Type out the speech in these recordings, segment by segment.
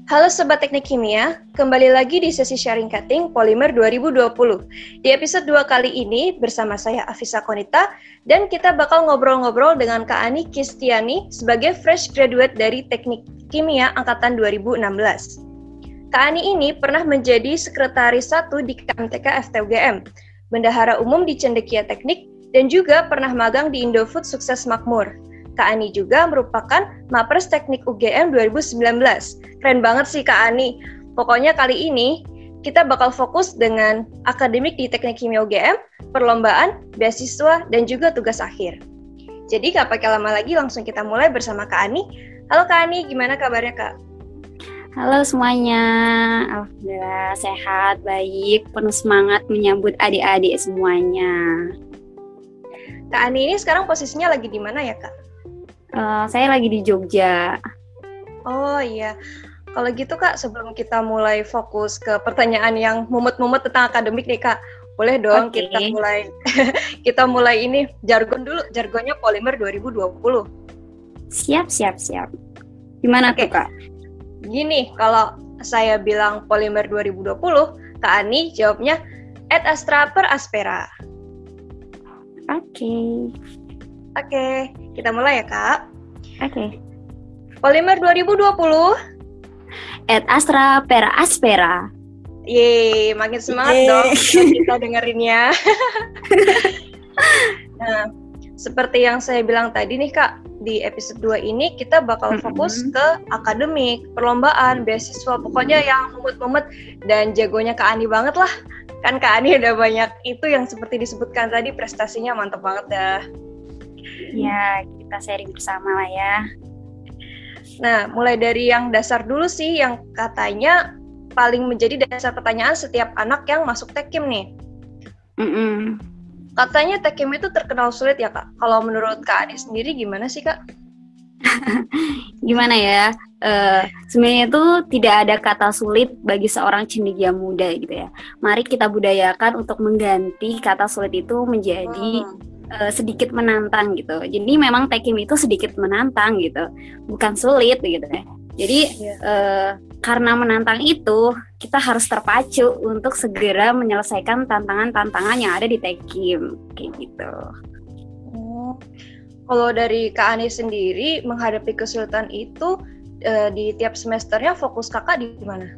Halo Sobat Teknik Kimia, kembali lagi di sesi sharing cutting Polimer 2020. Di episode 2 kali ini bersama saya Afisa Konita dan kita bakal ngobrol-ngobrol dengan Kak Ani Kistiani sebagai fresh graduate dari Teknik Kimia angkatan 2016. Kak Ani ini pernah menjadi sekretaris 1 di KMTK FTUGM, bendahara umum di Cendekia Teknik, dan juga pernah magang di Indofood Sukses Makmur. Kak Ani juga merupakan Mapres Teknik UGM 2019. Keren banget sih Kak Ani. Pokoknya kali ini kita bakal fokus dengan akademik di Teknik Kimia UGM, perlombaan, beasiswa, dan juga tugas akhir. Jadi gak pakai lama lagi, langsung kita mulai bersama Kak Ani. Halo Kak Ani, gimana kabarnya Kak? Halo semuanya, alhamdulillah sehat, baik, penuh semangat menyambut adik-adik semuanya. Kak Ani ini sekarang posisinya lagi di mana ya Kak? Saya lagi di Jogja. Oh iya, kalau gitu Kak, sebelum kita mulai fokus ke pertanyaan yang mumet-mumet tentang akademik nih Kak, boleh dong kita mulai ini jargon dulu, jargonnya Polimer 2020. Siap. Gimana tuh Kak? Gini, kalau saya bilang Polimer 2020, Kak Ani jawabnya et astra per aspera. Oke, kita mulai ya Kak. Oke. Polimer 2020 Et astra per aspera. Yeay, makin semangat dong kita dengerinnya. Nah, seperti yang saya bilang tadi nih Kak, di episode 2 ini kita bakal fokus ke akademik, perlombaan, beasiswa, pokoknya yang mumet-mumet dan jagonya Kak Ani banget lah. Kan Kak Ani udah banyak itu yang seperti disebutkan tadi, prestasinya mantap banget dah. Ya, kita sharing bersama lah ya. Nah, mulai dari yang dasar dulu sih, yang katanya paling menjadi dasar pertanyaan setiap anak yang masuk Tekkim nih. Katanya Tekkim itu terkenal sulit ya Kak. Kalau menurut Kak Ani sendiri gimana sih Kak? Gimana ya? Sebenarnya itu tidak ada kata sulit bagi seorang cendekia muda gitu ya. Mari kita budayakan untuk mengganti kata sulit itu menjadi sedikit menantang gitu. Jadi memang Tekkim itu sedikit menantang gitu, bukan sulit gitu ya. Jadi karena menantang itu kita harus terpacu untuk segera menyelesaikan tantangan-tantangan yang ada di Tekkim kayak gitu. Kalau dari Kak Ani sendiri menghadapi kesulitan itu di tiap semesternya fokus Kakak di mana?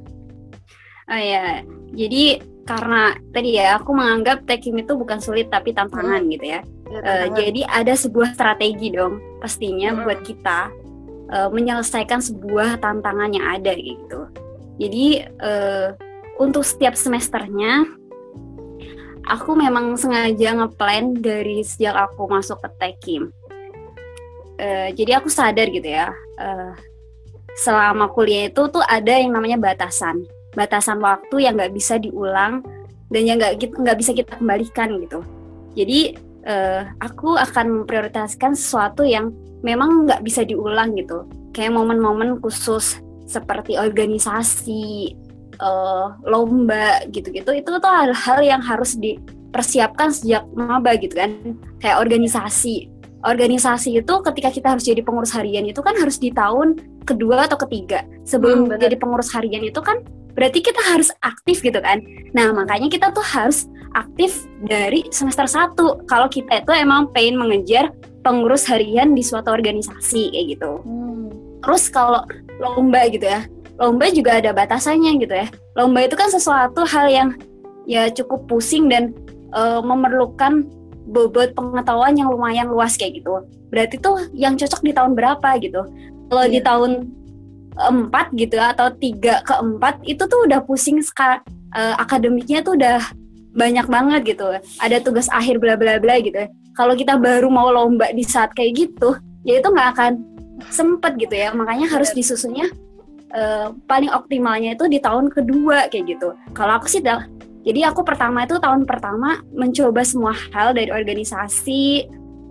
Jadi karena tadi ya aku menganggap Tekkim itu bukan sulit tapi tantangan gitu ya. Jadi ada sebuah strategi dong pastinya buat kita menyelesaikan sebuah tantangan yang ada gitu. Jadi untuk setiap semesternya aku memang sengaja ngeplan dari sejak aku masuk ke Tekkim. Jadi aku sadar gitu ya, selama kuliah itu tuh ada yang namanya batasan waktu yang nggak bisa diulang dan yang nggak bisa kita kembalikan gitu. Jadi aku akan memprioritaskan sesuatu yang memang nggak bisa diulang gitu, kayak momen-momen khusus seperti organisasi, lomba gitu-gitu. Itu tuh hal-hal yang harus dipersiapkan sejak maba gitu kan. Kayak organisasi itu ketika kita harus jadi pengurus harian itu kan harus di tahun kedua atau ketiga. Sebelum jadi pengurus harian itu kan berarti kita harus aktif gitu kan. Nah makanya kita tuh harus aktif dari semester 1 kalau kita itu emang pengen mengejar pengurus harian di suatu organisasi kayak gitu. Terus kalau lomba gitu ya, lomba juga ada batasannya gitu ya. Lomba itu kan sesuatu hal yang ya cukup pusing dan memerlukan bobot pengetahuan yang lumayan luas kayak gitu. Berarti tuh yang cocok di tahun berapa gitu. Kalau di tahun 4 gitu atau 3 ke 4 itu tuh udah pusing akademiknya tuh udah banyak banget gitu. Ada tugas akhir bla bla bla gitu. Kalau kita baru mau lomba di saat kayak gitu, ya itu nggak akan sempet gitu ya. Makanya harus disusunnya paling optimalnya itu di tahun kedua kayak gitu. Kalau aku sih jadi aku tahun pertama mencoba semua hal dari organisasi,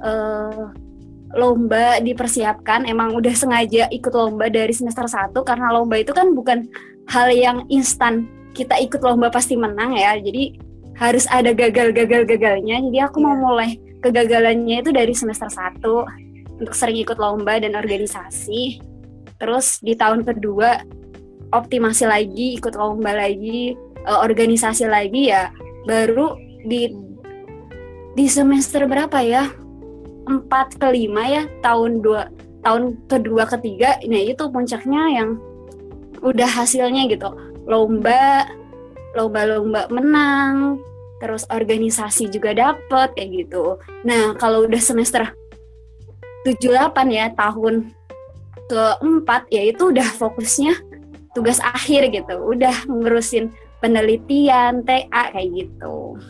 lomba dipersiapkan. Emang udah sengaja ikut lomba dari semester 1 karena lomba itu kan bukan hal yang instan. Kita ikut lomba pasti menang ya. Jadi harus ada gagalnya. Jadi aku mau mulai kegagalannya itu dari semester 1 untuk sering ikut lomba dan organisasi. Terus di tahun kedua optimasi lagi, ikut lomba lagi, organisasi lagi ya baru di semester berapa ya? 4 ke 5 ya, tahun kedua ketiga. Nah, itu puncaknya yang udah hasilnya gitu. Lomba menang, terus organisasi juga dapet kayak gitu. Nah, kalau udah semester 7-8 ya, tahun keempat ya itu udah fokusnya tugas akhir gitu, udah ngurusin penelitian, TA kayak gitu.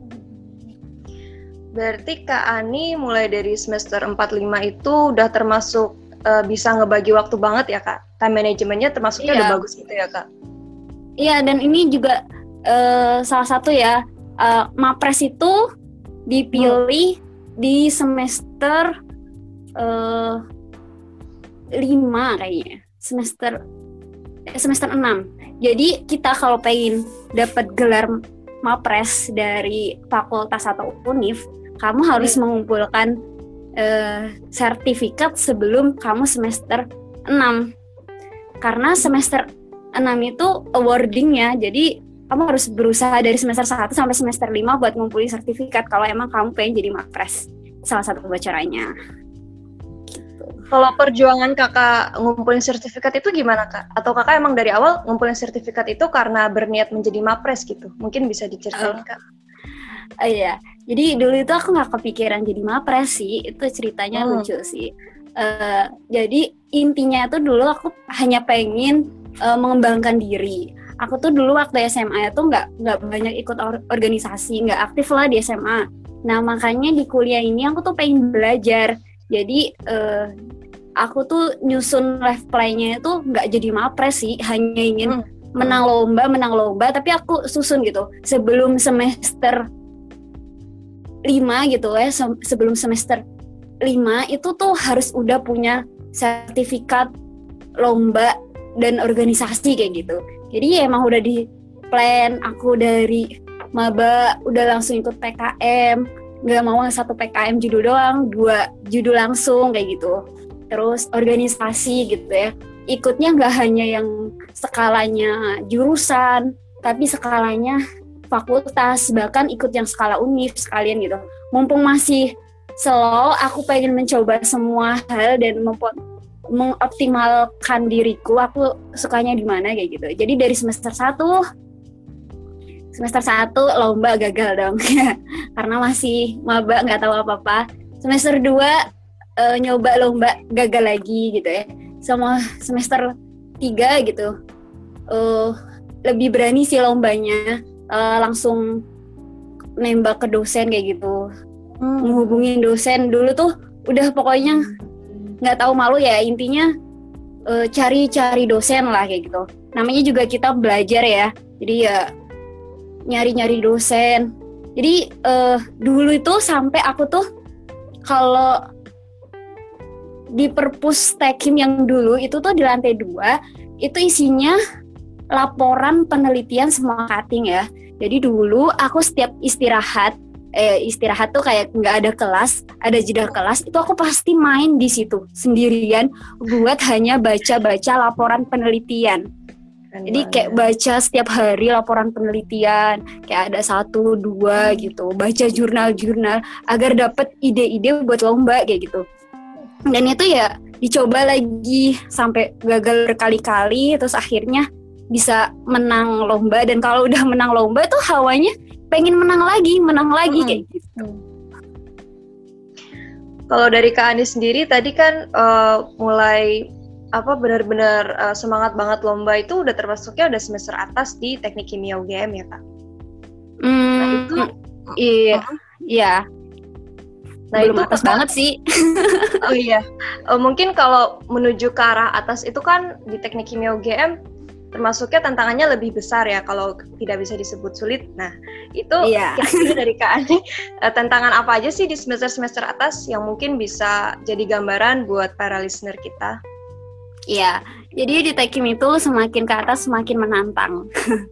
Berarti Kak Ani mulai dari semester 4-5 itu udah termasuk bisa ngebagi waktu banget ya Kak? Time manajemennya termasuknya udah bagus gitu ya Kak? Iya, dan ini juga salah satu ya, MAPRES itu dipilih di semester 5 kayaknya, semester 6. Jadi kita kalau pengen dapat gelar MAPRES dari fakultas atau univ, kamu harus mengumpulkan sertifikat sebelum kamu semester 6. Karena semester 6 itu awardingnya, jadi kamu harus berusaha dari semester 1 sampai semester 5 buat ngumpulin sertifikat kalau emang kamu pengen jadi MAPRES. Salah satu caranya. Gitu. Kalau perjuangan kakak ngumpulin sertifikat itu gimana Kak? Atau kakak emang dari awal ngumpulin sertifikat itu karena berniat menjadi MAPRES gitu? Mungkin bisa diceritain Kak. Iya, jadi dulu itu aku nggak kepikiran jadi MAPRES sih, itu ceritanya lucu sih. Jadi intinya tuh dulu aku hanya pengen mengembangkan diri. Aku tuh dulu waktu SMA tuh nggak banyak ikut organisasi, nggak aktif lah di SMA. Nah makanya di kuliah ini aku tuh pengen belajar. Jadi aku tuh nyusun life plan-nya itu nggak jadi MAPRES sih, hanya ingin menang lomba, tapi aku susun gitu sebelum semester 5 gitu ya, sebelum semester 5 itu tuh harus udah punya sertifikat lomba dan organisasi kayak gitu. Jadi ya emang udah di plan, aku dari maba udah langsung ikut PKM, nggak mau 1 PKM judul doang, 2 judul langsung kayak gitu. Terus organisasi gitu ya, ikutnya nggak hanya yang skalanya jurusan, tapi skalanya fakultas, bahkan ikut yang skala univ sekalian gitu. Mumpung masih slow, aku pengen mencoba semua hal dan mengoptimalkan diriku, aku sukanya di mana kayak gitu. Jadi dari semester 1 lomba gagal dong karena masih maba, nggak tahu apa-apa. Semester 2 nyoba lomba gagal lagi gitu ya. Sama semester 3 gitu lebih berani sih lombanya, langsung nembak ke dosen kayak gitu. Menghubungin dosen dulu tuh udah pokoknya nggak tahu malu ya, intinya cari dosen lah kayak gitu. Namanya juga kita belajar ya, jadi ya nyari dosen. Jadi dulu itu sampai aku tuh kalau di perpus Tekim yang dulu itu tuh di lantai 2 itu isinya laporan penelitian semua cutting ya. Jadi dulu aku setiap istirahat tuh kayak nggak ada kelas, ada jeda kelas, itu aku pasti main di situ sendirian buat hanya baca-baca laporan penelitian. Jadi kayak baca setiap hari laporan penelitian, kayak ada 1-2 gitu, baca jurnal-jurnal agar dapat ide-ide buat lomba kayak gitu. Dan itu ya dicoba lagi sampai gagal berkali-kali, terus akhirnya bisa menang lomba. Dan kalau udah menang lomba tuh hawanya pengen menang lagi kayak gitu. Kalau dari Kak Ani sendiri tadi kan mulai benar-benar semangat banget lomba itu udah termasuknya udah semester atas di Teknik Kimia UGM ya Kak? Nah itu iya. Nah belum itu atas banget sih. Oh iya, mungkin kalau menuju ke arah atas itu kan di Teknik Kimia UGM termasuknya tantangannya lebih besar ya, kalau tidak bisa disebut sulit. Nah itu kira-kira dari Kak Ani tantangan apa aja sih di semester atas yang mungkin bisa jadi gambaran buat para listener kita? Iya, jadi di Tekim itu semakin ke atas semakin menantang.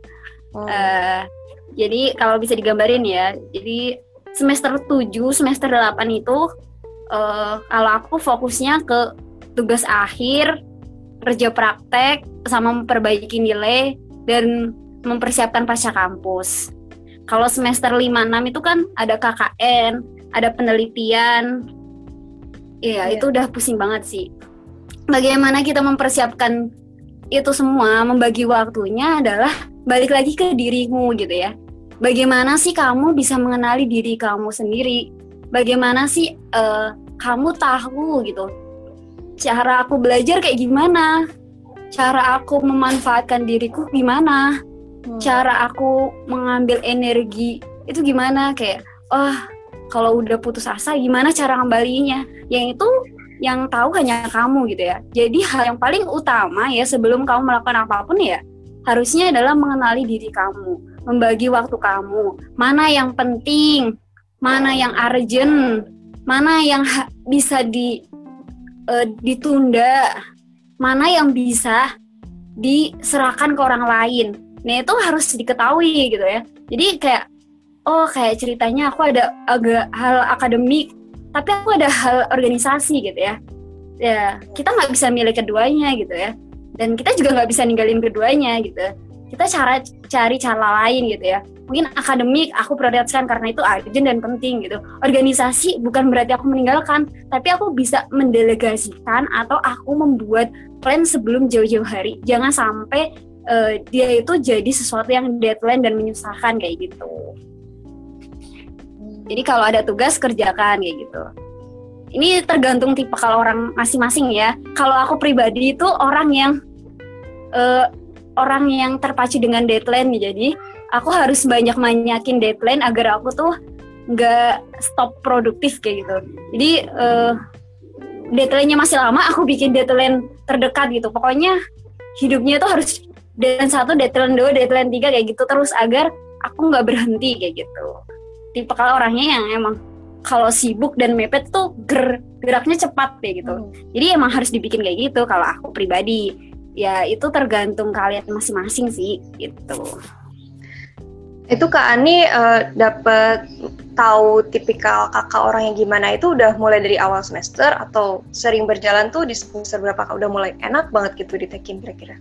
Jadi kalau bisa digambarin ya, jadi semester 7, semester 8 itu kalau aku fokusnya ke tugas akhir, kerja praktek sama memperbaiki nilai dan mempersiapkan pasca kampus. Kalau semester 5-6 itu kan ada KKN, ada penelitian. Iya, itu udah pusing banget sih. Bagaimana kita mempersiapkan itu semua, membagi waktunya adalah balik lagi ke dirimu gitu ya. Bagaimana sih kamu bisa mengenali diri kamu sendiri? Bagaimana sih kamu tahu gitu, cara aku belajar kayak gimana? Cara aku memanfaatkan diriku gimana? Cara aku mengambil energi itu gimana? Kayak, kalau udah putus asa gimana cara kembalinya? Yang itu yang tahu hanya kamu gitu ya. Jadi hal yang paling utama ya sebelum kamu melakukan apapun ya, harusnya adalah mengenali diri kamu. Membagi waktu kamu, mana yang penting, mana yang urgent, mana yang bisa ditunda, mana yang bisa diserahkan ke orang lain. Nah itu harus diketahui gitu ya. Jadi kayak kayak ceritanya aku ada agak hal akademik, tapi aku ada hal organisasi gitu ya. Ya kita nggak bisa milih keduanya gitu ya. Dan kita juga nggak bisa ninggalin keduanya gitu. Kita cari cara lain gitu ya. Mungkin akademik aku prioritaskan karena itu urgent dan penting gitu. Organisasi bukan berarti aku meninggalkan, tapi aku bisa mendelegasikan atau aku membuat plan sebelum jauh-jauh hari. Jangan sampai dia itu jadi sesuatu yang deadline dan menyusahkan kayak gitu. Jadi kalau ada tugas kerjakan kayak gitu. Ini tergantung tipe kalau orang masing-masing ya. Kalau aku pribadi itu orang yang terpacu dengan deadline, jadi aku harus banyakin deadline agar aku tuh nggak stop produktif kayak gitu. Jadi deadline-nya masih lama, aku bikin deadline terdekat gitu. Pokoknya hidupnya tuh harus deadline 1, deadline 2, deadline 3 kayak gitu terus agar aku nggak berhenti kayak gitu. Tipe kalau orangnya yang emang kalau sibuk dan mepet tuh geraknya cepat kayak gitu. Jadi emang harus dibikin kayak gitu kalau aku pribadi. Ya itu tergantung kalian masing-masing sih gitu. Itu Kak Ani dapat tahu tipikal kakak orang yang gimana itu udah mulai dari awal semester atau sering berjalan tuh di semester berapa Kak? Udah mulai enak banget gitu ditekin kira-kira?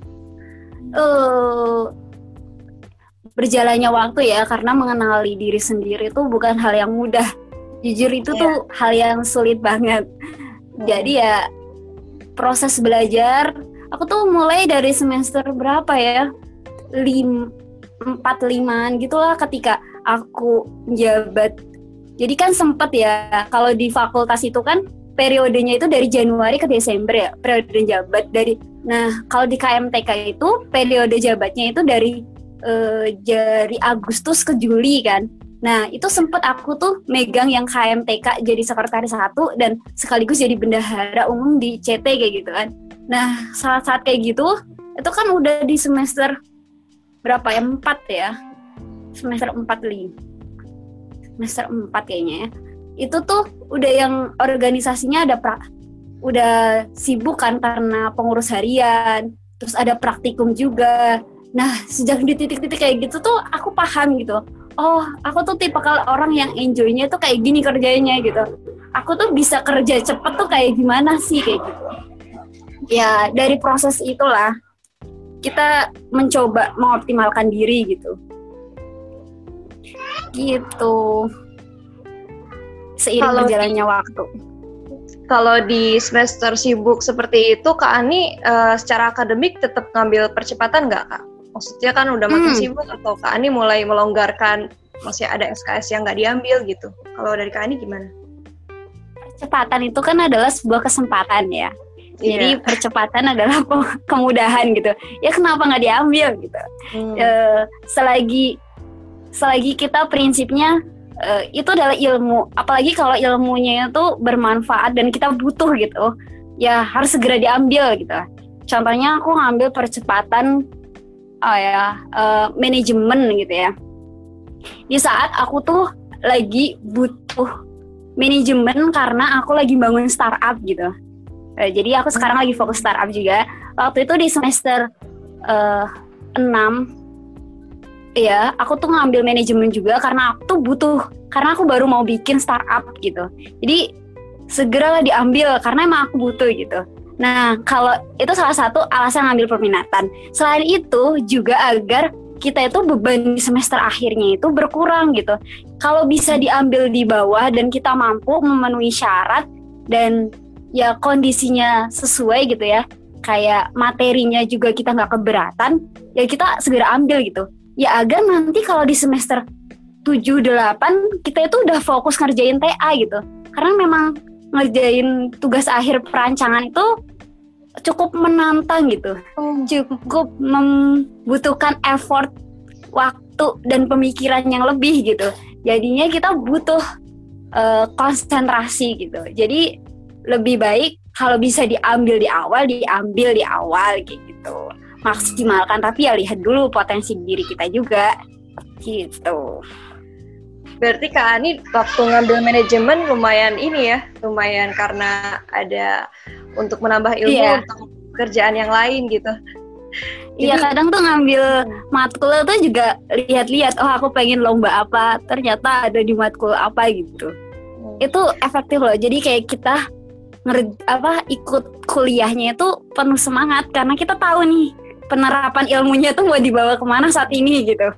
Berjalannya waktu ya, karena mengenali diri sendiri itu bukan hal yang mudah. Jujur itu tuh hal yang sulit banget. Jadi ya proses belajar aku tuh mulai dari semester berapa ya? 4-5 gitulah ketika aku jabat. Jadi kan sempet ya, kalau di fakultas itu kan periodenya itu dari Januari ke Desember ya, periode jabat dari. Nah, kalau di KMTK itu periode jabatnya itu dari Agustus ke Juli kan. Nah, itu sempet aku tuh megang yang KMTK jadi sekretaris 1 dan sekaligus jadi bendahara umum di CT kayak gitu kan. Nah, saat-saat kayak gitu, itu kan udah di semester berapa ya? 4 ya? Semester 4 semester 4 kayaknya ya. Itu tuh udah yang organisasinya udah sibuk kan karena pengurus harian, terus ada praktikum juga. Nah, sejak di titik-titik kayak gitu tuh aku paham gitu. Oh, aku tuh tipe kalau orang yang enjoy-nya tuh kayak gini kerjanya gitu. Aku tuh bisa kerja cepet tuh kayak gimana sih kayak gitu. Ya, dari proses itulah kita mencoba mengoptimalkan diri gitu. Gitu. Seiring berjalannya waktu. Kalau di semester sibuk seperti itu, Kak Ani secara akademik tetap ngambil percepatan nggak, Kak? Maksudnya kan udah makin sibuk atau Kak Ani mulai melonggarkan, maksudnya ada SKS yang nggak diambil gitu. Kalau dari Kak Ani gimana? Percepatan itu kan adalah sebuah kesempatan ya. Jadi percepatan adalah kemudahan gitu. Ya kenapa nggak diambil gitu? Selagi kita prinsipnya itu adalah ilmu. Apalagi kalau ilmunya itu bermanfaat dan kita butuh gitu, ya harus segera diambil gitu. Contohnya aku ngambil percepatan manajemen gitu ya. Di saat aku tuh lagi butuh manajemen karena aku lagi bangun startup gitu. Jadi aku sekarang lagi fokus startup juga. Waktu itu di semester 6 ya, aku tuh ngambil manajemen juga karena aku tuh butuh, karena aku baru mau bikin startup gitu. Jadi segeralah diambil karena emang aku butuh gitu. Nah, kalau itu salah satu alasan ngambil peminatan. Selain itu juga agar kita itu beban di semester akhirnya itu berkurang gitu. Kalau bisa diambil di bawah dan kita mampu memenuhi syarat dan ya kondisinya sesuai gitu ya, kayak materinya juga kita nggak keberatan, ya kita segera ambil gitu. Ya agar nanti kalau di semester 7-8 kita itu udah fokus ngerjain TA gitu. Karena memang ngerjain tugas akhir perancangan itu cukup menantang gitu. Cukup membutuhkan effort, waktu dan pemikiran yang lebih gitu. Jadinya kita butuh konsentrasi gitu. Jadi lebih baik kalau bisa diambil di awal kayak gitu. Maksimalkan, tapi ya lihat dulu potensi diri kita juga gitu. Berarti Kak Ani waktu ngambil manajemen lumayan karena ada untuk menambah ilmu untuk kerjaan yang lain gitu. Iya, kadang tuh ngambil matkul tuh juga lihat-lihat, oh aku pengen lomba apa, ternyata ada di matkul apa gitu. Itu efektif loh. Jadi kayak kita ikut kuliahnya itu penuh semangat karena kita tahu nih penerapan ilmunya tuh mau dibawa kemana saat ini gitu.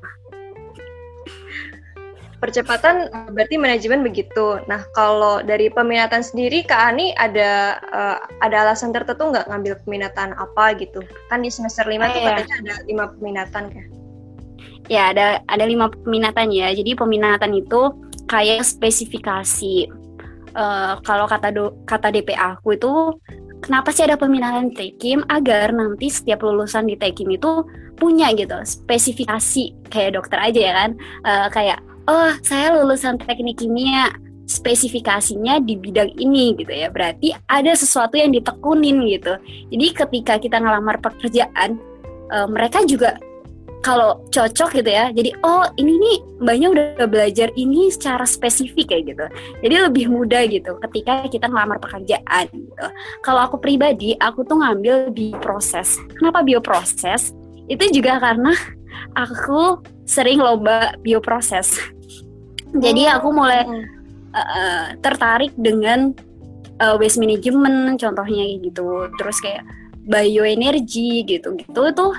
Percepatan berarti manajemen begitu. Nah, kalau dari peminatan sendiri, Kak Ani ada alasan tertentu nggak ngambil peminatan apa gitu? Kan di semester 5 tuh katanya ada 5 peminatan kan? Ya, ada 5 peminatan ya. Jadi peminatan itu kayak spesifikasi. Kalau kata DPA aku itu, kenapa sih ada peminatan Tekim? Agar nanti setiap lulusan di Tekim itu punya gitu spesifikasi, kayak dokter aja ya kan, kayak oh saya lulusan teknik kimia, spesifikasinya di bidang ini gitu ya, berarti ada sesuatu yang ditekunin gitu. Jadi ketika kita ngelamar pekerjaan, mereka juga kalau cocok gitu ya, jadi oh ini nih mbaknya udah belajar ini secara spesifik kayak gitu, jadi lebih mudah gitu ketika kita ngelamar pekerjaan gitu. Kalau aku pribadi, aku tuh ngambil bioproses. Kenapa bioproses? Itu juga karena aku sering lomba bioproses. Jadi aku mulai tertarik dengan waste management contohnya gitu. Terus kayak bioenergi gitu-gitu tuh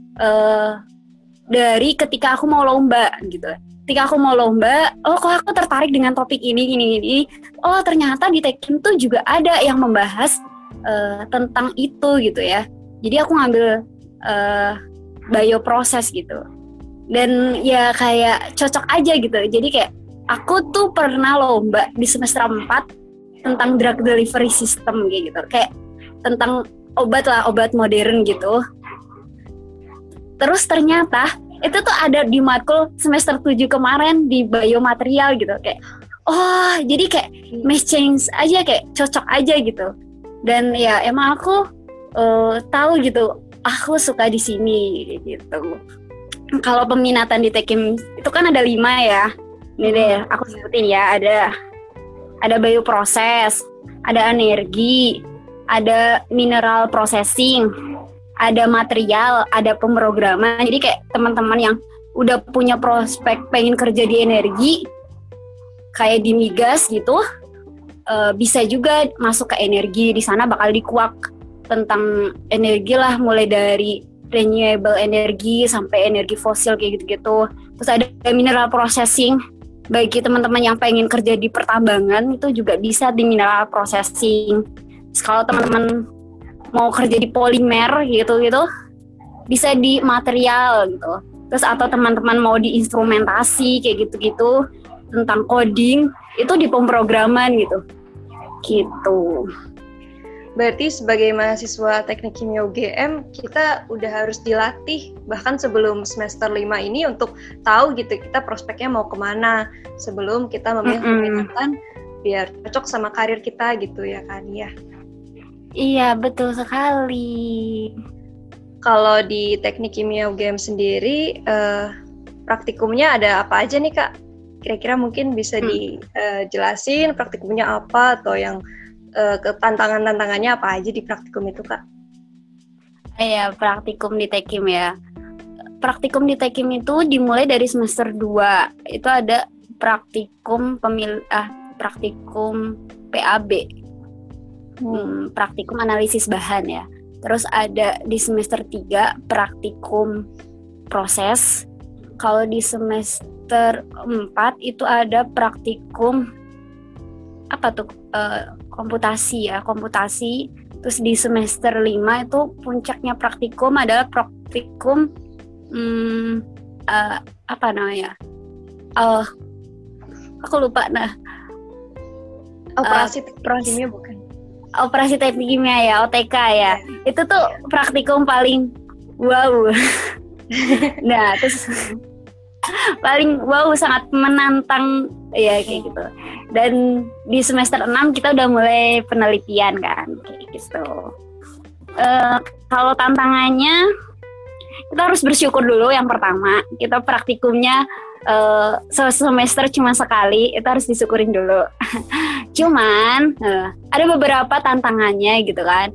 dari ketika aku mau lomba gitu. Ketika aku mau lomba, oh kok aku tertarik dengan topik ini. Oh ternyata di Tekim tuh juga ada yang membahas tentang itu gitu ya. Jadi aku ngambil bioproses gitu. Dan ya kayak cocok aja gitu. Jadi kayak aku tuh pernah lomba di semester 4 tentang drug delivery system kayak gitu. Kayak tentang obat modern gitu. Terus ternyata itu tuh ada di matkul semester 7 kemarin di biomaterial gitu. Kayak oh jadi kayak match change aja, kayak cocok aja gitu. Dan ya emang aku tahu gitu, aku suka di sini gitu. Kalau peminatan di Tekim itu kan ada 5 ya. Ini deh aku sebutin ya, ada bioproses, ada energi, ada mineral processing, ada material, ada pemrograman. Jadi kayak teman-teman yang udah punya prospek pengen kerja di energi kayak di migas gitu, bisa juga masuk ke energi. Di sana bakal dikuak tentang energi lah, mulai dari renewable energy sampai energi fosil kayak gitu-gitu. Terus ada mineral processing, bagi teman-teman yang pengen kerja di pertambangan itu juga bisa di mineral processing. Terus kalau teman-teman mau kerja di polimer gitu-gitu bisa di material gitu. Terus atau teman-teman mau di instrumentasi kayak gitu-gitu tentang coding itu di pemrograman gitu. Berarti sebagai mahasiswa teknik kimia UGM, kita udah harus dilatih bahkan sebelum semester 5 ini untuk tahu gitu kita prospeknya mau kemana sebelum kita memilih peminatan biar cocok sama karir kita gitu ya kan ya. Iya betul sekali. Kalau di teknik kimia UGM sendiri, praktikumnya ada apa aja nih Kak? Kira-kira mungkin bisa dijelasin praktikumnya apa atau yang tantangannya apa aja di praktikum itu Kak? Iya, praktikum di Tekim ya. Praktikum di Tekim itu dimulai dari semester 2. Itu ada praktikum praktikum PAB. praktikum analisis bahan ya. Terus ada di semester 3 praktikum proses. Kalau di semester 4 itu ada praktikum komputasi ya, komputasi. Terus di semester 5 itu puncaknya praktikum adalah praktikum aku lupa operasi teknik kimia bukan? Operasi teknik kimia ya, OTK ya. Itu tuh praktikum paling wow. Nah, terus paling wow, sangat menantang ya kayak gitu. Dan di semester 6 kita udah mulai penelitian kan kayak gitu. Kalau tantangannya kita harus bersyukur dulu. Yang pertama, kita praktikumnya semester cuma sekali, itu harus disyukurin dulu. Cuman ada beberapa tantangannya gitu kan.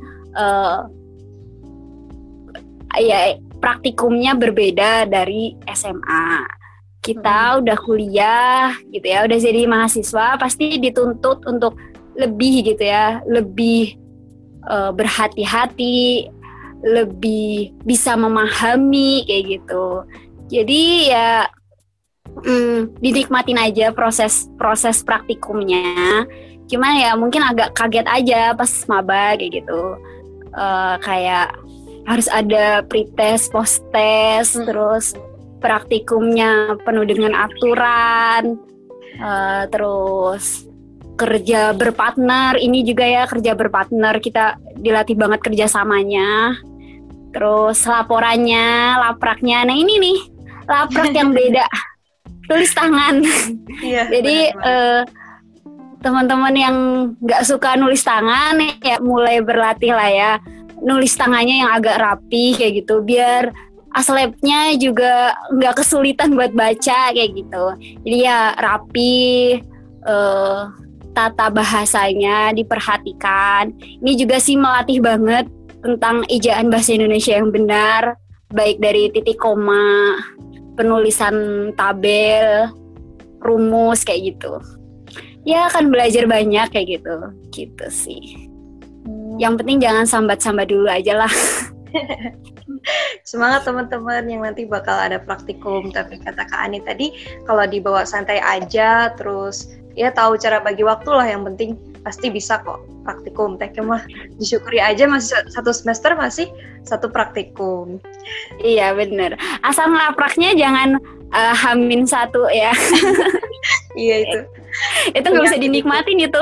Ya praktikumnya berbeda dari SMA. Kita udah kuliah gitu ya, udah jadi mahasiswa, pasti dituntut untuk lebih gitu ya, lebih berhati-hati, lebih bisa memahami kayak gitu. Jadi ya dinikmatin aja proses praktikumnya. Cuman ya mungkin agak kaget aja pas maba kayak gitu. Kayak harus ada pretest, post-test, terus praktikumnya penuh dengan aturan, terus kerja berpartner. Ini juga ya kerja berpartner, kita dilatih banget kerjasamanya. Terus laporannya, lapraknya, nah ini nih laprak yang beda, tulis tangan. Iya, jadi teman-teman yang nggak suka nulis tangan ya mulai berlatih lah ya, nulis tangannya yang agak rapi kayak gitu, biar aslabnya juga nggak kesulitan buat baca kayak gitu. Jadi ya rapi, tata bahasanya diperhatikan. Ini juga sih melatih banget tentang ejaan bahasa Indonesia yang benar, baik dari titik koma, penulisan tabel, rumus kayak gitu. Ya akan belajar banyak kayak gitu sih. Yang penting jangan sambat-sambat dulu aja lah. Semangat teman-teman yang nanti bakal ada praktikum. Tapi kata Kak Ani tadi, kalau dibawa santai aja, terus ya tahu cara bagi waktu lah, yang penting pasti bisa kok praktikum. Teknya mah disyukuri aja, masih satu semester masih satu praktikum. Iya bener, asal ngelapraknya jangan H-1 ya. Iya itu nggak bisa dinikmatin itu.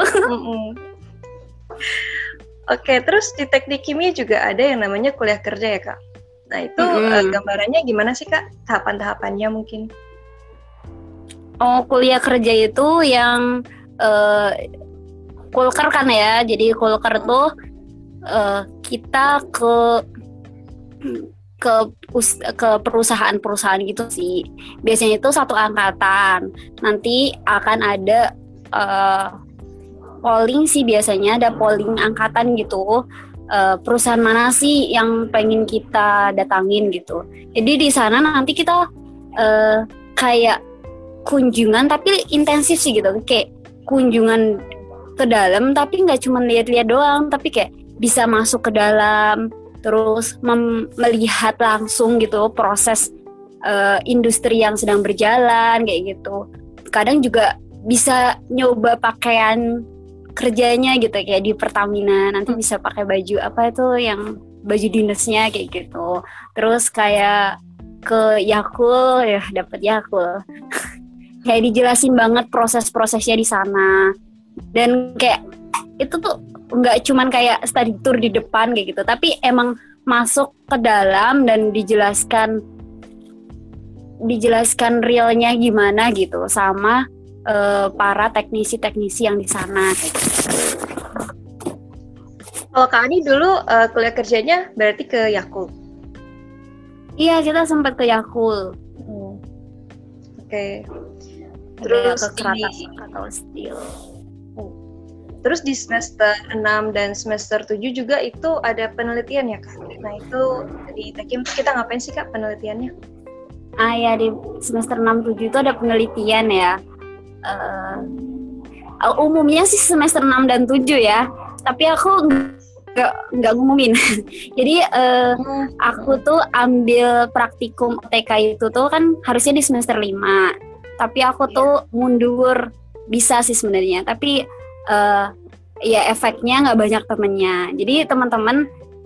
Oke, terus di teknik kimia juga ada yang namanya kuliah kerja ya Kak. Nah itu gambarannya gimana sih Kak? Tahapan-tahapannya mungkin? Oh, kuliah kerja itu yang kulker kan ya. Jadi kulker tuh kita ke perusahaan-perusahaan gitu sih. Biasanya itu satu angkatan. Nanti akan ada polling sih, biasanya ada polling angkatan gitu. Perusahaan mana sih yang pengen kita datangin gitu. Jadi di sana nanti kita kayak kunjungan tapi intensif sih gitu. Kayak kunjungan ke dalam tapi nggak cuma lihat-lihat doang, tapi kayak bisa masuk ke dalam, terus melihat langsung gitu proses industri yang sedang berjalan kayak gitu. Kadang juga bisa nyoba pakaian kerjanya gitu, kayak di Pertamina nanti bisa pakai baju apa itu yang baju dinasnya kayak gitu. Terus kayak ke Yakult ya dapat Yakult. Kayak dijelasin banget proses-prosesnya di sana. Dan kayak itu tuh nggak cuman kayak study tour di depan kayak gitu, tapi emang masuk ke dalam dan dijelaskan realnya gimana gitu sama para teknisi-teknisi yang di sana kayak gitu. Kalau Kak Ani dulu kuliah kerjanya berarti ke Yakult? Iya, kita sempat ke Yakult. Oke. Terus ke Kratas atau Steel. Terus di semester 6 dan semester 7 juga itu ada penelitian ya Kak? Nah itu di Tekim kita ngapain sih Kak penelitiannya? Ya di semester 6-7 itu ada penelitian ya. Umumnya sih semester 6 dan 7 ya. tapi aku nggak ngumumin. Jadi aku tuh ambil praktikum OTK itu tuh kan harusnya di semester 5. Tapi aku tuh mundur, bisa sih sebenarnya. Tapi ya efeknya nggak banyak temennya. Jadi teman-teman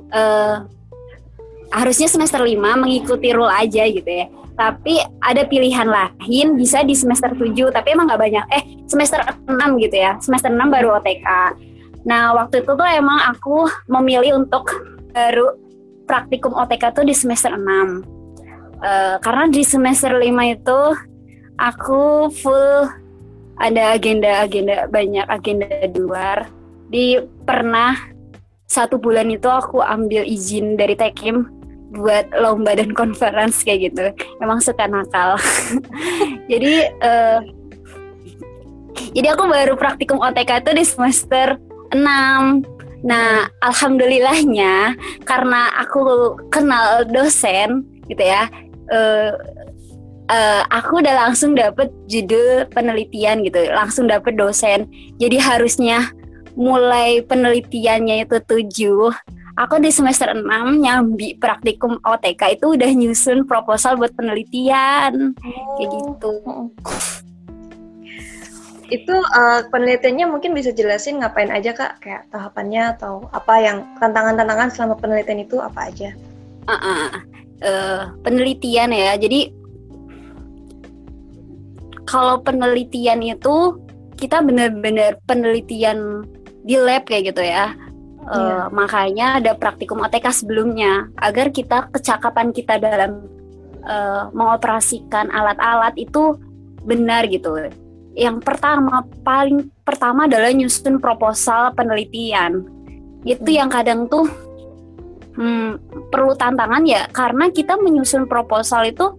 harusnya semester 5 mengikuti rule aja gitu ya. Tapi ada pilihan lain bisa di semester 7, tapi emang nggak banyak. Semester 6 gitu ya. Semester 6 baru OTK. Nah, waktu itu tuh emang aku memilih untuk baru praktikum OTK tuh di semester 6. Karena di semester 5 itu aku full ada agenda banyak agenda di luar. Pernah 1 bulan itu aku ambil izin dari Tekim buat lomba dan conference kayak gitu. Emang suka nakal. Jadi aku baru praktikum OTK itu di semester 6. Nah, alhamdulillahnya karena aku kenal dosen gitu ya, aku udah langsung dapet judul penelitian gitu, langsung dapet dosen. Jadi harusnya mulai penelitiannya itu 7. Aku di semester 6 nyambi praktikum OTK itu udah nyusun proposal buat penelitian. Kayak gitu. Itu penelitiannya mungkin bisa jelasin ngapain aja Kak? Kayak tahapannya atau apa yang tantangan-tantangan selama penelitian itu apa aja? Penelitian ya, jadi kalau penelitian itu kita benar-benar penelitian di lab kayak gitu ya. Makanya ada praktikum OTK sebelumnya agar kecakapan kita dalam mengoperasikan alat-alat itu benar gitu. Yang paling pertama adalah nyusun proposal penelitian. Itu yang kadang tuh perlu tantangan ya, karena kita menyusun proposal itu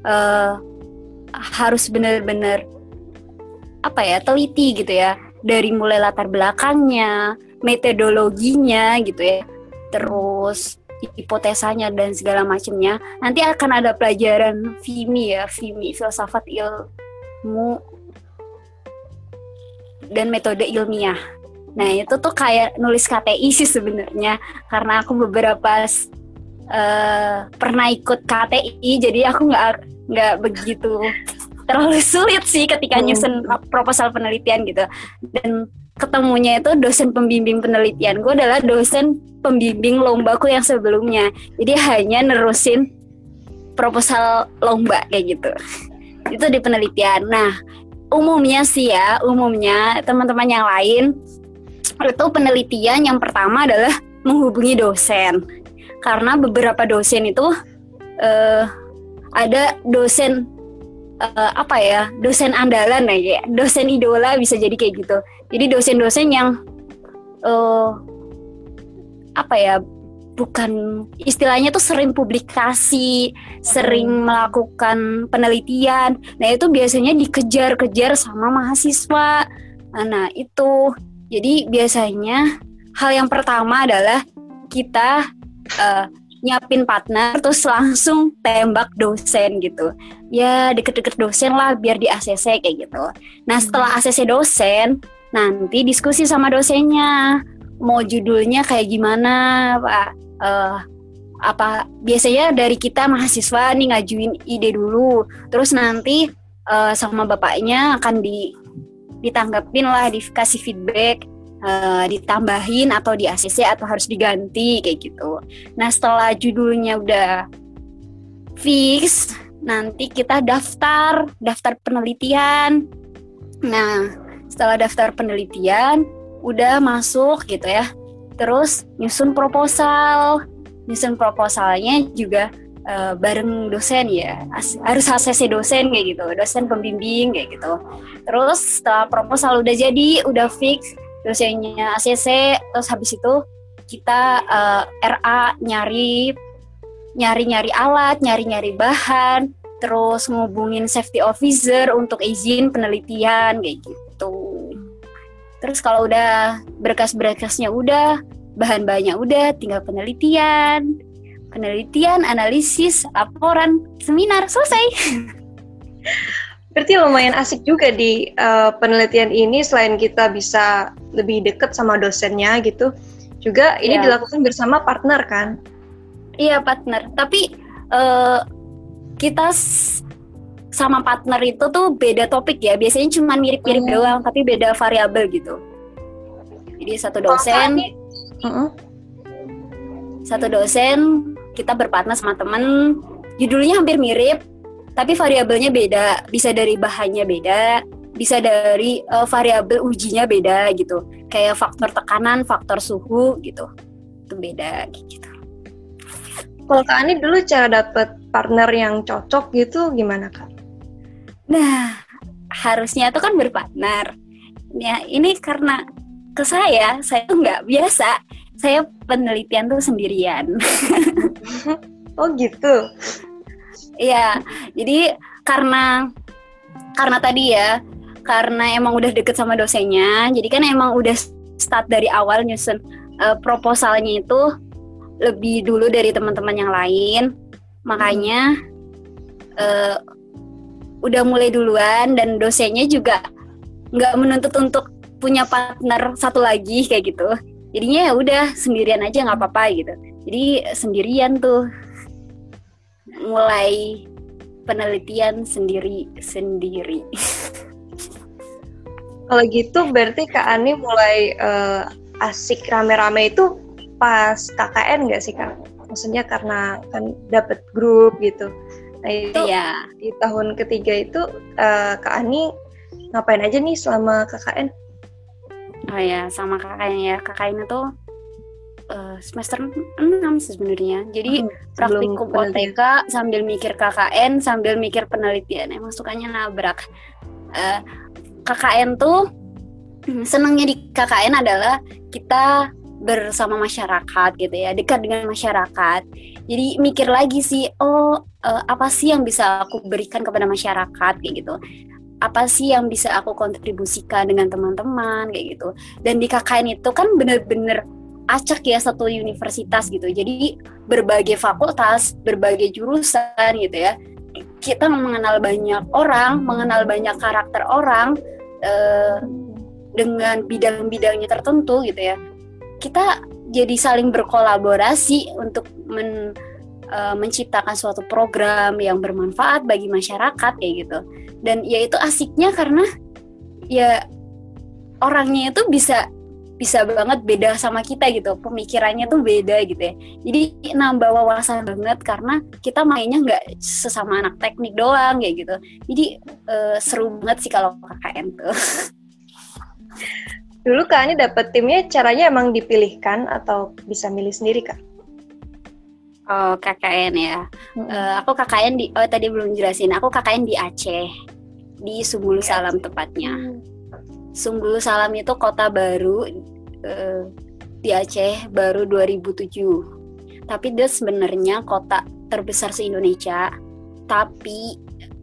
harus benar-benar teliti gitu ya, dari mulai latar belakangnya, metodologinya gitu ya, terus hipotesanya dan segala macamnya. Nanti akan ada pelajaran FIMI filsafat ilmu dan metode ilmiah. Nah itu tuh kayak nulis KTI sih sebenarnya, karena aku beberapa pernah ikut KTI, jadi aku nggak begitu terlalu sulit sih ketika nyusun proposal penelitian gitu. Dan ketemunya itu dosen pembimbing penelitian gue adalah dosen pembimbing lombaku yang sebelumnya, jadi hanya nerusin proposal lomba kayak gitu. Itu di penelitian. Nah umumnya teman-teman yang lain itu penelitian yang pertama adalah menghubungi dosen, karena beberapa dosen itu ada dosen dosen andalan ya, dosen idola bisa jadi kayak gitu. Jadi dosen-dosen yang bukan istilahnya tuh sering publikasi, sering melakukan penelitian. Nah itu biasanya dikejar-kejar sama mahasiswa. Nah itu, jadi biasanya hal yang pertama adalah kita nyiapin partner, terus langsung tembak dosen gitu. Ya deket-deket dosen lah biar di ACC kayak gitu. Nah setelah ACC dosen, nanti diskusi sama dosennya. Mau judulnya kayak gimana Pak? Biasanya dari kita mahasiswa nih ngajuin ide dulu, terus nanti sama bapaknya akan ditanggapin lah, dikasih feedback, ditambahin atau di ACC atau harus diganti kayak gitu. Nah setelah judulnya udah fix, nanti kita daftar penelitian. Nah setelah daftar penelitian udah masuk gitu ya, terus nyusun proposalnya juga bareng dosen ya, harus ACC dosen kayak gitu, dosen pembimbing kayak gitu. Terus setelah proposal udah jadi, udah fix dosennya ACC, terus habis itu kita RA nyari alat, nyari bahan, terus ngubungin safety officer untuk izin penelitian kayak gitu. Terus kalau udah berkas-berkasnya udah, bahan-bahannya udah, tinggal penelitian, analisis, laporan, seminar, selesai. Berarti lumayan asik juga di penelitian ini, selain kita bisa lebih dekat sama dosennya gitu, juga ini dilakukan bersama partner kan? Iya, partner. Tapi kita sama partner itu tuh beda topik ya. Biasanya cuma mirip-mirip doang, tapi beda variabel gitu. Jadi satu dosen kita berpartner sama temen, judulnya hampir mirip, tapi variabelnya beda. Bisa dari bahannya beda, bisa dari variabel ujinya beda gitu. Kayak faktor tekanan, faktor suhu gitu. Itu beda gitu. Kalau Kak Ani dulu cara dapet partner yang cocok gitu gimana Kak? Nah, harusnya itu kan berpartner. Ya, ini karena ke saya tuh nggak biasa. Saya penelitian tuh sendirian. Oh gitu? Iya, jadi karena tadi ya, karena emang udah deket sama dosennya, jadi kan emang udah start dari awal nyusun proposalnya itu lebih dulu dari teman-teman yang lain, makanya udah mulai duluan, dan dosennya juga nggak menuntut untuk punya partner satu lagi kayak gitu. Jadinya ya udah sendirian aja nggak apa-apa gitu. Jadi sendirian tuh mulai penelitian sendiri. Kalau gitu berarti Kak Ani mulai asik rame-rame itu pas KKN nggak sih Kak? Maksudnya karena kan dapet grup gitu. Nah itu di tahun ketiga itu Kak Ani ngapain aja nih selama KKN? Oh ya, sama KKN ya. KKN itu semester 6 sebenarnya. Jadi praktikum OTK sambil mikir KKN, sambil mikir penelitian. Emang sukanya nabrak. KKN tuh senangnya di KKN adalah kita bersama masyarakat gitu ya, dekat dengan masyarakat. Jadi mikir lagi sih, apa sih yang bisa aku berikan kepada masyarakat kayak gitu. Apa sih yang bisa aku kontribusikan dengan teman-teman kayak gitu. Dan di KKN itu kan bener-bener acak ya, satu universitas gitu. Jadi berbagai fakultas, berbagai jurusan gitu ya. Kita mengenal banyak orang, mengenal banyak karakter orang dengan bidang-bidangnya tertentu gitu ya. Kita jadi saling berkolaborasi untuk menciptakan suatu program yang bermanfaat bagi masyarakat kayak gitu. Dan ya itu asiknya karena ya orangnya itu bisa banget beda sama kita gitu, pemikirannya tuh beda gitu ya. Jadi nambah wawasan banget karena kita mainnya nggak sesama anak teknik doang kayak gitu. Jadi seru banget sih kalau KKN tuh. Dulu Kak Ani dapet timnya caranya emang dipilihkan atau bisa milih sendiri Kak? Oh, KKN ya. Aku KKN tadi belum jelasin. Aku KKN di Aceh, di Sumbulu Salam tepatnya. Sumbulu Salam itu kota baru di Aceh, baru 2007. Tapi dia sebenarnya kota terbesar se-Indonesia. Tapi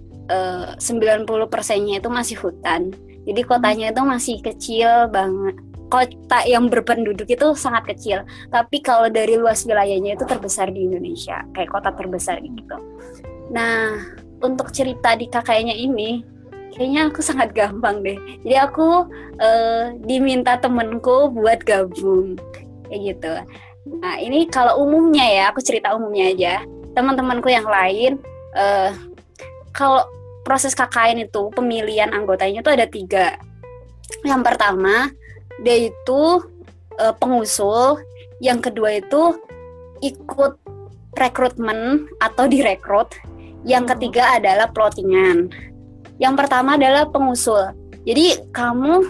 90%-nya itu masih hutan. Jadi kotanya itu masih kecil banget. Kota yang berpenduduk itu sangat kecil, tapi kalau dari luas wilayahnya itu terbesar di Indonesia, kayak kota terbesar gitu. Nah, untuk cerita di KKN-nya ini, kayaknya aku sangat gampang deh. Jadi aku diminta temenku buat gabung, kayak gitu. Nah, ini kalau umumnya ya, aku cerita umumnya aja. Teman-temanku yang lain, kalau proses KKN itu pemilihan anggotanya itu ada 3. Yang pertama, dia itu pengusul, yang kedua itu ikut rekrutmen atau direkrut, yang ketiga adalah plottingan. Yang pertama adalah pengusul. Jadi kamu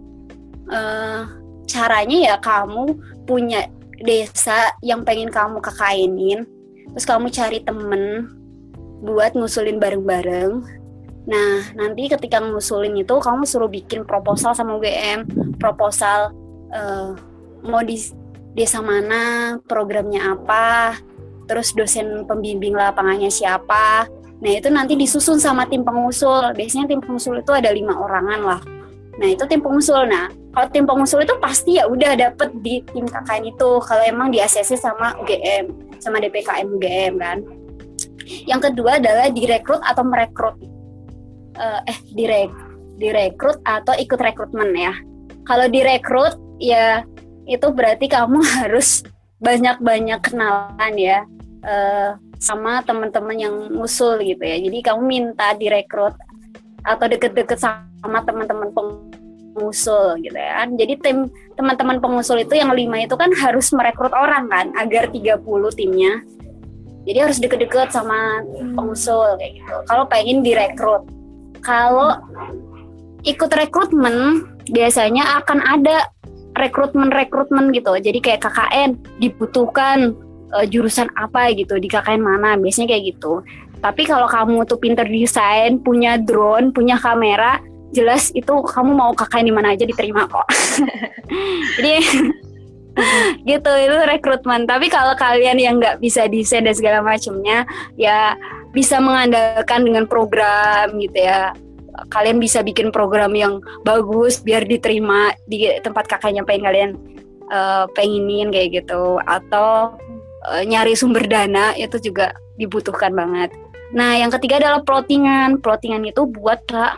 caranya ya kamu punya desa yang pengen kamu KKN-in, terus kamu cari temen buat ngusulin bareng-bareng. Nah, nanti ketika ngusulin itu kamu suruh bikin proposal sama UGM, proposal mau di desa mana, programnya apa, terus dosen pembimbing lapangannya siapa. Nah, itu nanti disusun sama tim pengusul. Biasanya tim pengusul itu ada 5 orangan lah. Nah, itu tim pengusul. Nah, kalau tim pengusul itu pasti ya udah dapet di tim KKN itu, kalau emang di ACC sama UGM, sama DPKM UGM kan. Yang kedua adalah direkrut atau merekrut. direkrut atau ikut rekrutmen ya. Kalau direkrut ya itu berarti kamu harus banyak-banyak kenalan ya sama teman-teman yang ngusul gitu ya. Jadi kamu minta direkrut atau deket-deket sama teman-teman pengusul gitu ya. Jadi teman-teman pengusul itu yang 5 itu kan harus merekrut orang kan agar 30 timnya. Jadi harus deket-deket sama pengusul kayak gitu. Kalau pengen direkrut. Kalau ikut rekrutmen biasanya akan ada rekrutmen gitu. Jadi kayak KKN dibutuhkan jurusan apa gitu di KKN mana, biasanya kayak gitu. Tapi kalau kamu tuh pinter desain, punya drone, punya kamera, jelas itu kamu mau KKN di mana aja diterima kok. Jadi gitu, itu rekrutmen. Tapi kalau kalian yang nggak bisa desain dan segala macamnya, ya bisa mengandalkan dengan program gitu ya. Kalian bisa bikin program yang bagus biar diterima di tempat kakaknya pengen kalian pengenin kayak gitu. Atau nyari sumber dana itu juga dibutuhkan banget. Nah yang ketiga adalah plottingan. Plottingan itu buat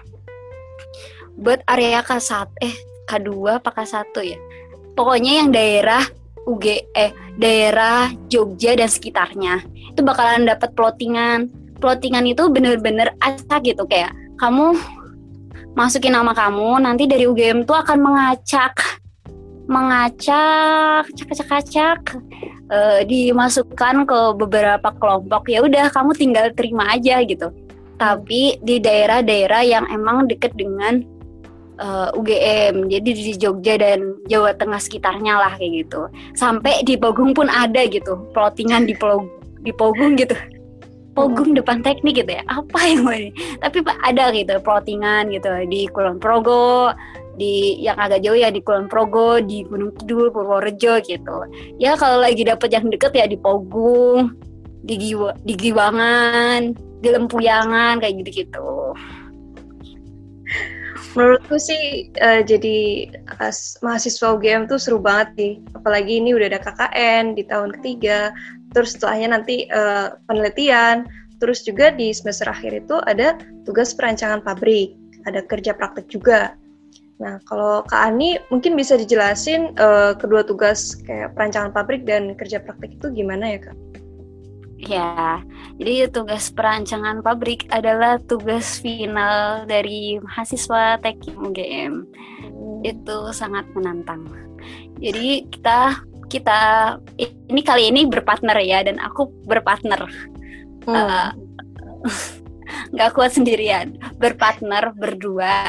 area K2 apa K1 ya. Pokoknya yang daerah daerah Jogja dan sekitarnya itu bakalan dapat plottingan. Plottingan itu bener-bener acak gitu, kayak kamu masukin nama kamu, nanti dari UGM tuh akan mengacak dimasukkan ke beberapa kelompok. Ya udah kamu tinggal terima aja gitu. Tapi di daerah-daerah yang emang deket dengan UGM, jadi di Jogja dan Jawa Tengah sekitarnya lah kayak gitu. Sampai di Pogung pun ada gitu, plottingan di Pogung gitu. Pogung depan teknik gitu ya, apa yang mau ini? Tapi ada gitu plottingan gitu di Kulon Progo, di yang agak jauh ya di Kulon Progo, di Gunung Kidul, Purworejo gitu. Ya kalau lagi dapet yang deket ya di Pogung, di Giwangan, di Lempuyangan kayak gitu-gitu. Menurutku sih jadi mahasiswa UGM tuh seru banget sih. Apalagi ini udah ada KKN di tahun ketiga, terus setelahnya nanti penelitian, terus juga di semester akhir itu ada tugas perancangan pabrik, ada kerja praktek juga. Nah, kalau Kak Ani mungkin bisa dijelasin kedua tugas kayak perancangan pabrik dan kerja praktek itu gimana ya Kak? Ya, jadi tugas perancangan pabrik adalah tugas final dari mahasiswa Teknik UGM. Itu sangat menantang. Jadi kita ini kali ini berpartner ya, dan aku berpartner. Nggak kuat sendirian, berpartner berdua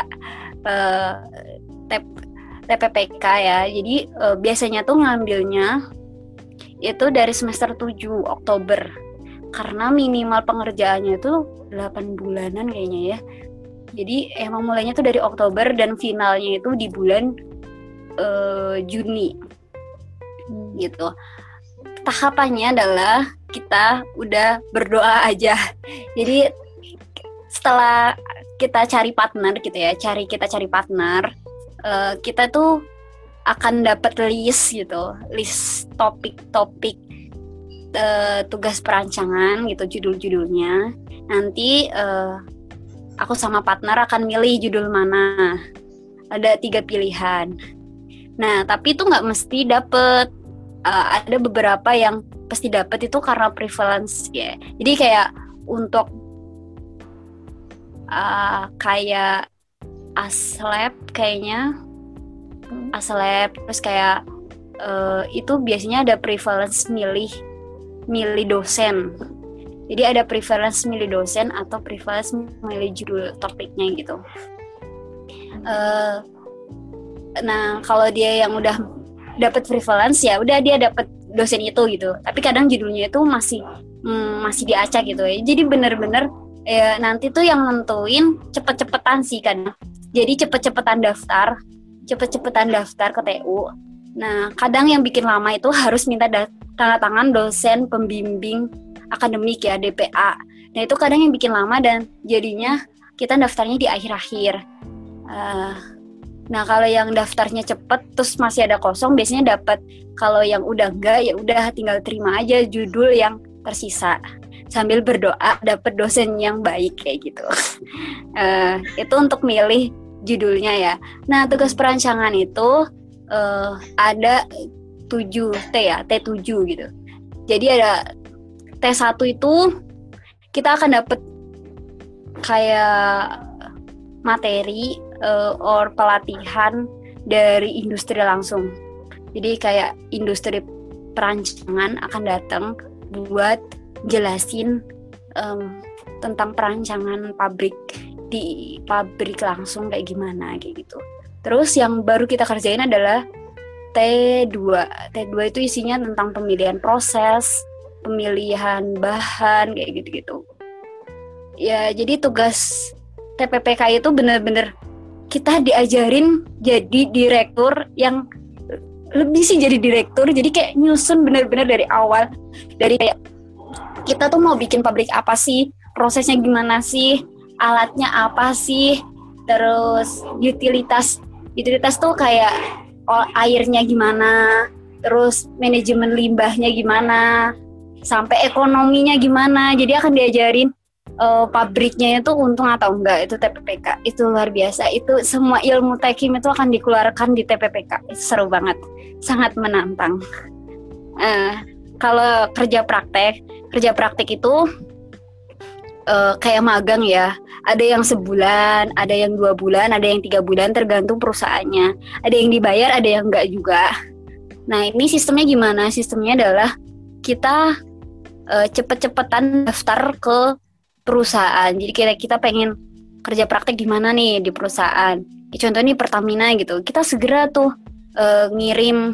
TPPK ya. Jadi biasanya tuh ngambilnya itu dari semester 7 Oktober. Karena minimal pengerjaannya itu 8 bulanan kayaknya ya. Jadi emang mulainya tuh dari Oktober dan finalnya itu di bulan Juni gitu. Tahapannya adalah kita udah berdoa aja. Jadi setelah kita cari partner gitu ya, kita cari partner, kita tuh akan dapat list gitu, list topik-topik tugas perancangan gitu, judul-judulnya. Nanti aku sama partner akan milih judul mana. Ada 3 pilihan. Nah, tapi itu nggak mesti dapet. Ada beberapa yang pasti dapet itu karena prevalence ya. Jadi kayak untuk kayak ASLab kayaknya, ASLab terus kayak itu biasanya ada prevalence milih dosen. Jadi ada prevalence milih dosen atau prevalence milih judul topiknya gitu. Nah kalau dia yang udah dapat prevalence ya udah dia dapat dosen itu gitu. Tapi kadang judulnya itu masih diacak gitu ya. Jadi bener-bener ya, nanti tuh yang nentuin cepet-cepetan sih kan. Jadi cepet-cepetan daftar ke TU. Nah kadang yang bikin lama itu harus minta tanda tangan dosen pembimbing akademik ya, DPA. Nah itu kadang yang bikin lama dan jadinya kita daftarnya di akhir-akhir. Nah kalau yang daftarnya cepet terus masih ada kosong biasanya dapat. Kalau yang udah enggak ya udah tinggal terima aja judul yang tersisa. sambil berdoa dapet dosen yang baik kayak gitu. Itu untuk milih judulnya ya. Nah, tugas perancangan itu ada 7T ya, T7 gitu. Jadi ada T1 itu kita akan dapet kayak materi or pelatihan dari industri langsung. Jadi kayak industri perancangan akan datang buat jelasin tentang perancangan pabrik di pabrik langsung kayak gimana kayak gitu. Terus yang baru kita kerjain adalah T2. T2 itu isinya tentang pemilihan proses, pemilihan bahan kayak gitu-gitu. Ya, jadi tugas TPPK itu benar-benar kita diajarin jadi direktur yang lebih sih jadi direktur. Jadi kayak nyusun benar-benar dari awal. Dari kayak kita tuh mau bikin pabrik apa sih? Prosesnya gimana sih? Alatnya apa sih? Terus utilitas tuh kayak airnya gimana, terus manajemen limbahnya gimana, sampai ekonominya gimana. Jadi akan diajarin pabriknya itu untung atau enggak, itu TPPK. Itu luar biasa. Itu semua ilmu tekim itu akan dikeluarkan di TPPK. Itu seru banget, sangat menantang. Kalau kerja praktek itu kayak magang ya. Ada yang sebulan, ada yang 2 bulan, ada yang 3 bulan, tergantung perusahaannya. Ada yang dibayar, ada yang enggak juga. Nah, ini sistemnya gimana? Sistemnya adalah kita cepet-cepetan daftar ke perusahaan. Jadi kita pengen kerja praktek di mana nih di perusahaan. Contohnya nih Pertamina gitu. Kita segera tuh ngirim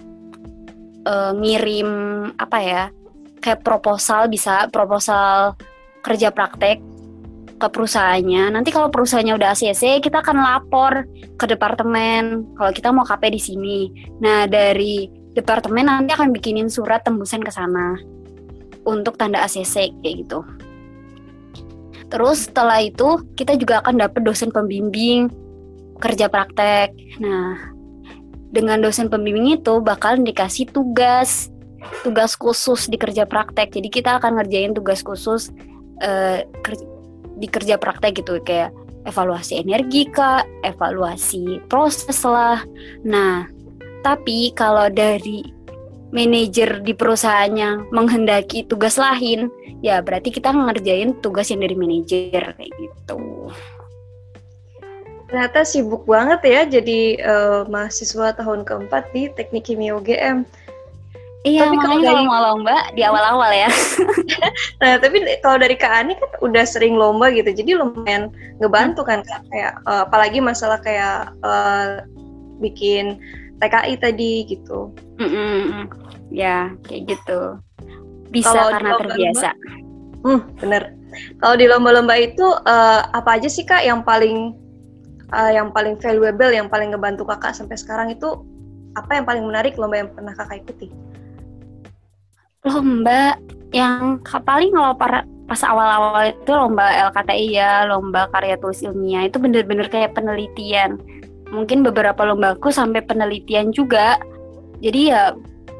apa ya? Kayak proposal kerja praktek ke perusahaannya. Nanti kalau perusahaannya udah ACC, kita akan lapor ke departemen kalau kita mau KP di sini. Nah, dari departemen nanti akan bikinin surat tembusan ke sana untuk tanda ACC kayak gitu. Terus setelah itu kita juga akan dapat dosen pembimbing kerja praktek. Nah, dengan dosen pembimbing itu bakalan dikasih tugas khusus di kerja praktek. Jadi kita akan ngerjain tugas khusus di kerja praktek gitu, kayak evaluasi energi kak, evaluasi proses lah. Nah, tapi kalau dari manajer di perusahaannya menghendaki tugas lain, ya berarti kita ngerjain tugas yang dari manajer kayak gitu. Ternyata sibuk banget ya jadi mahasiswa tahun keempat di Teknik Kimia UGM. Iya, tapi makanya kalau mau lomba di awal-awal ya. Nah, tapi kalau dari Kak Ani kan udah sering lomba gitu, jadi lumayan ngebantu kan Kak, kayak apalagi masalah kayak bikin TKI tadi gitu. Ya, kayak gitu. Bisa kalo karena terbiasa. Bener. Kalau di lomba-lomba itu apa aja sih Kak yang paling valuable, yang paling ngebantu Kakak sampai sekarang itu apa yang paling menarik lomba yang pernah Kakak ikuti? Lomba yang paling kalau pas awal-awal itu lomba LKTI ya, lomba karya tulis ilmiah, itu bener-bener kayak penelitian. Mungkin beberapa lombaku sampai penelitian juga. Jadi ya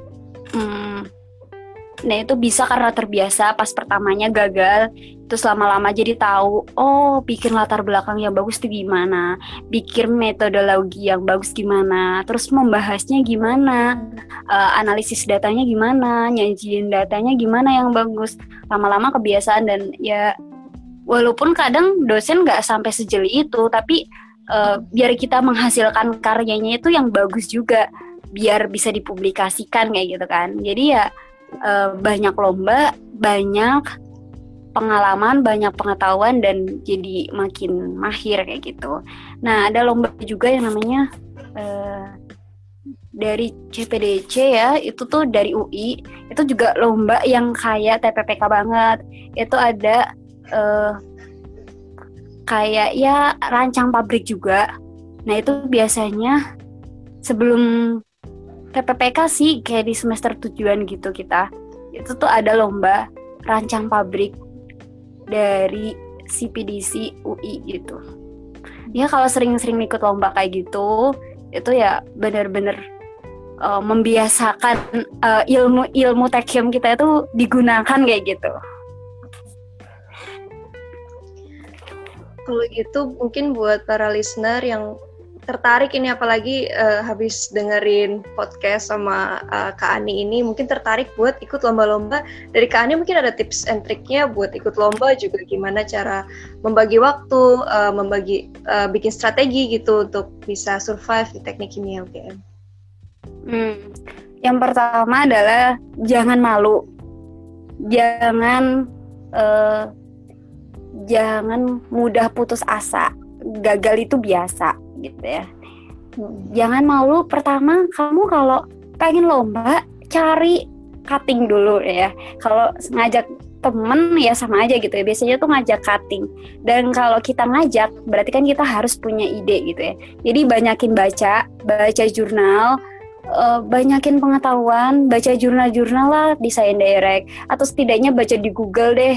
nah itu bisa karena terbiasa. Pas pertamanya gagal, terus lama-lama jadi tahu, oh bikin latar belakang yang bagus itu gimana, bikin metodologi yang bagus gimana, terus membahasnya gimana, analisis datanya gimana, nyajiin datanya gimana yang bagus. Lama-lama kebiasaan dan ya walaupun kadang dosen nggak sampai sejeli itu, tapi biar kita menghasilkan karyanya itu yang bagus juga, biar bisa dipublikasikan kayak gitu kan. Jadi ya banyak lomba, banyak pengalaman, banyak pengetahuan, dan jadi makin mahir kayak gitu. Nah, ada lomba juga yang namanya dari CPDC ya, itu tuh dari UI, itu juga lomba yang kayak TPPK banget. Itu ada kayak ya rancang pabrik juga. Nah, itu biasanya sebelum TPPK sih kayak di semester 7-an gitu kita. Itu tuh ada lomba rancang pabrik dari CPDC UI gitu. Ya kalau sering-sering ikut lomba kayak gitu, itu ya benar-benar membiasakan ilmu tekim kita itu digunakan kayak gitu. Kalau gitu mungkin buat para listener yang tertarik ini, apalagi habis dengerin podcast sama Kak Ani ini, mungkin tertarik buat ikut lomba-lomba. Dari Kak Ani mungkin ada tips and triknya buat ikut lomba juga, gimana cara membagi waktu, bikin strategi gitu untuk bisa survive di teknik kimia UGM. Yang pertama adalah jangan malu, jangan mudah putus asa. Gagal itu biasa gitu ya. Jangan malu. Pertama, kamu kalau pengen lomba cari cutting dulu ya. Kalau ngajak temen ya sama aja gitu ya. Biasanya tuh ngajak cutting. Dan kalau kita ngajak berarti kan kita harus punya ide gitu ya. Jadi banyakin baca jurnal, banyakin pengetahuan, baca jurnal-jurnal lah di Science Direct, atau setidaknya baca di Google deh.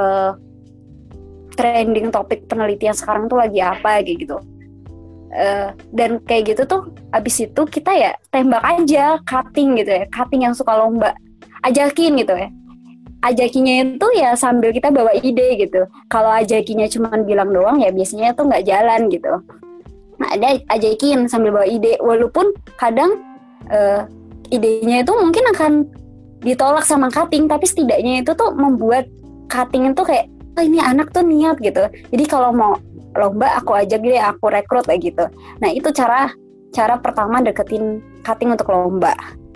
Trending topik penelitian sekarang tuh lagi apa kayak gitu. Dan kayak gitu tuh abis itu kita ya tembak aja cutting gitu ya, cutting yang suka lomba, ajakin gitu ya. Ajakinya itu ya sambil kita bawa ide gitu. Kalau ajakinya cuma bilang doang ya biasanya tuh nggak jalan gitu. Nah, ada ajakin sambil bawa ide, walaupun kadang idenya itu mungkin akan ditolak sama cutting, tapi setidaknya itu tuh membuat cutting itu kayak, oh ini anak tuh niat gitu. Jadi kalau mau lomba aku ajak dia, aku rekrut kayak gitu. Nah itu cara pertama deketin cutting untuk lomba.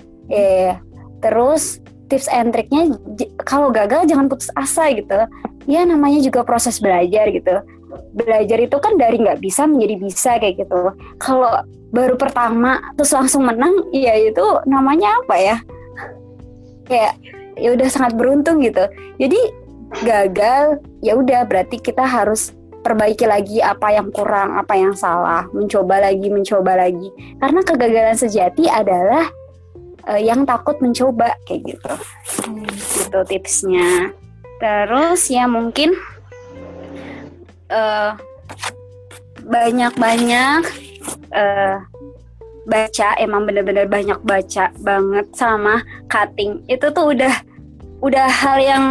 Terus tips and triknya, kalau gagal jangan putus asa gitu. Ya namanya juga proses belajar gitu. Belajar itu kan dari nggak bisa menjadi bisa kayak gitu. Kalau baru pertama terus langsung menang, ya itu namanya apa ya? Kayak ya udah sangat beruntung gitu. Jadi gagal ya udah berarti kita harus perbaiki lagi apa yang kurang, apa yang salah, mencoba lagi. Karena kegagalan sejati adalah yang takut mencoba kayak gitu. Gitu tipsnya. Terus ya mungkin banyak-banyak baca, emang bener-bener banyak baca banget sama cutting. Itu tuh udah hal yang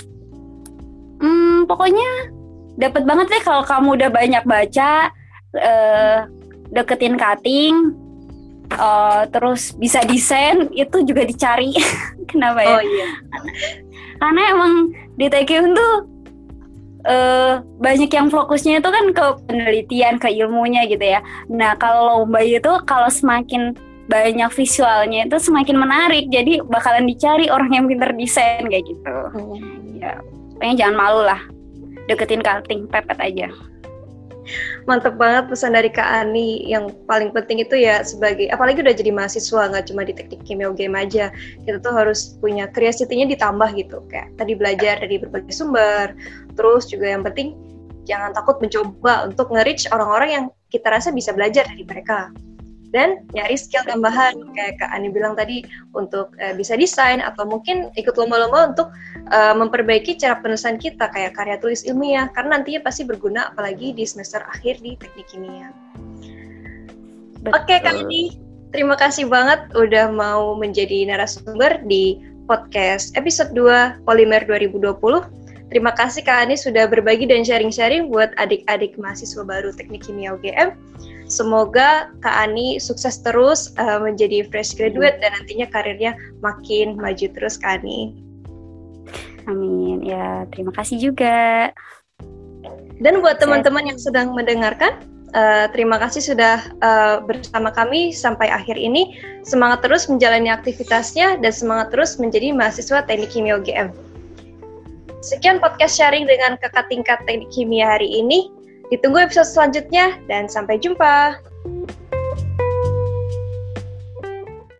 pokoknya dapat banget deh kalau kamu udah banyak baca, deketin cutting, terus bisa desain, itu juga dicari. Kenapa ya? Oh iya. Karena emang di TKUN tuh banyak yang fokusnya itu kan ke penelitian, ke ilmunya gitu ya. Nah kalau lomba itu kalau semakin banyak visualnya itu semakin menarik, jadi bakalan dicari orang yang pintar desain kayak gitu. Ya. Pokoknya jangan malu lah, deketin cutting, pepet aja. Mantep banget pesan dari Kak Ani. Yang paling penting itu ya sebagai, apalagi udah jadi mahasiswa, nggak cuma di teknik kimia UGM aja, kita tuh harus punya curiosity-nya ditambah gitu. Kayak tadi belajar dari berbagai sumber, terus juga yang penting jangan takut mencoba untuk nge-reach orang-orang yang kita rasa bisa belajar dari mereka. Dan nyari skill tambahan kayak Kak Ani bilang tadi, untuk bisa desain atau mungkin ikut lomba-lomba untuk memperbaiki cara penulisan kita kayak karya tulis ilmiah, karena nantinya pasti berguna apalagi di semester akhir di teknik kimia. Oke Kak Ani, terima kasih banget udah mau menjadi narasumber di podcast episode 2 Polimer 2020. Terima kasih Kak Ani sudah berbagi dan sharing-sharing buat adik-adik mahasiswa baru teknik kimia UGM. Semoga Kak Ani sukses terus menjadi fresh graduate dan nantinya karirnya makin maju terus Kak Ani. Amin. Ya, terima kasih juga. Dan buat teman-teman yang sedang mendengarkan, terima kasih sudah bersama kami sampai akhir ini. Semangat terus menjalani aktivitasnya dan semangat terus menjadi mahasiswa teknik kimia UGM. Sekian podcast sharing dengan kakak tingkat teknik kimia hari ini. Ditunggu episode selanjutnya dan sampai jumpa.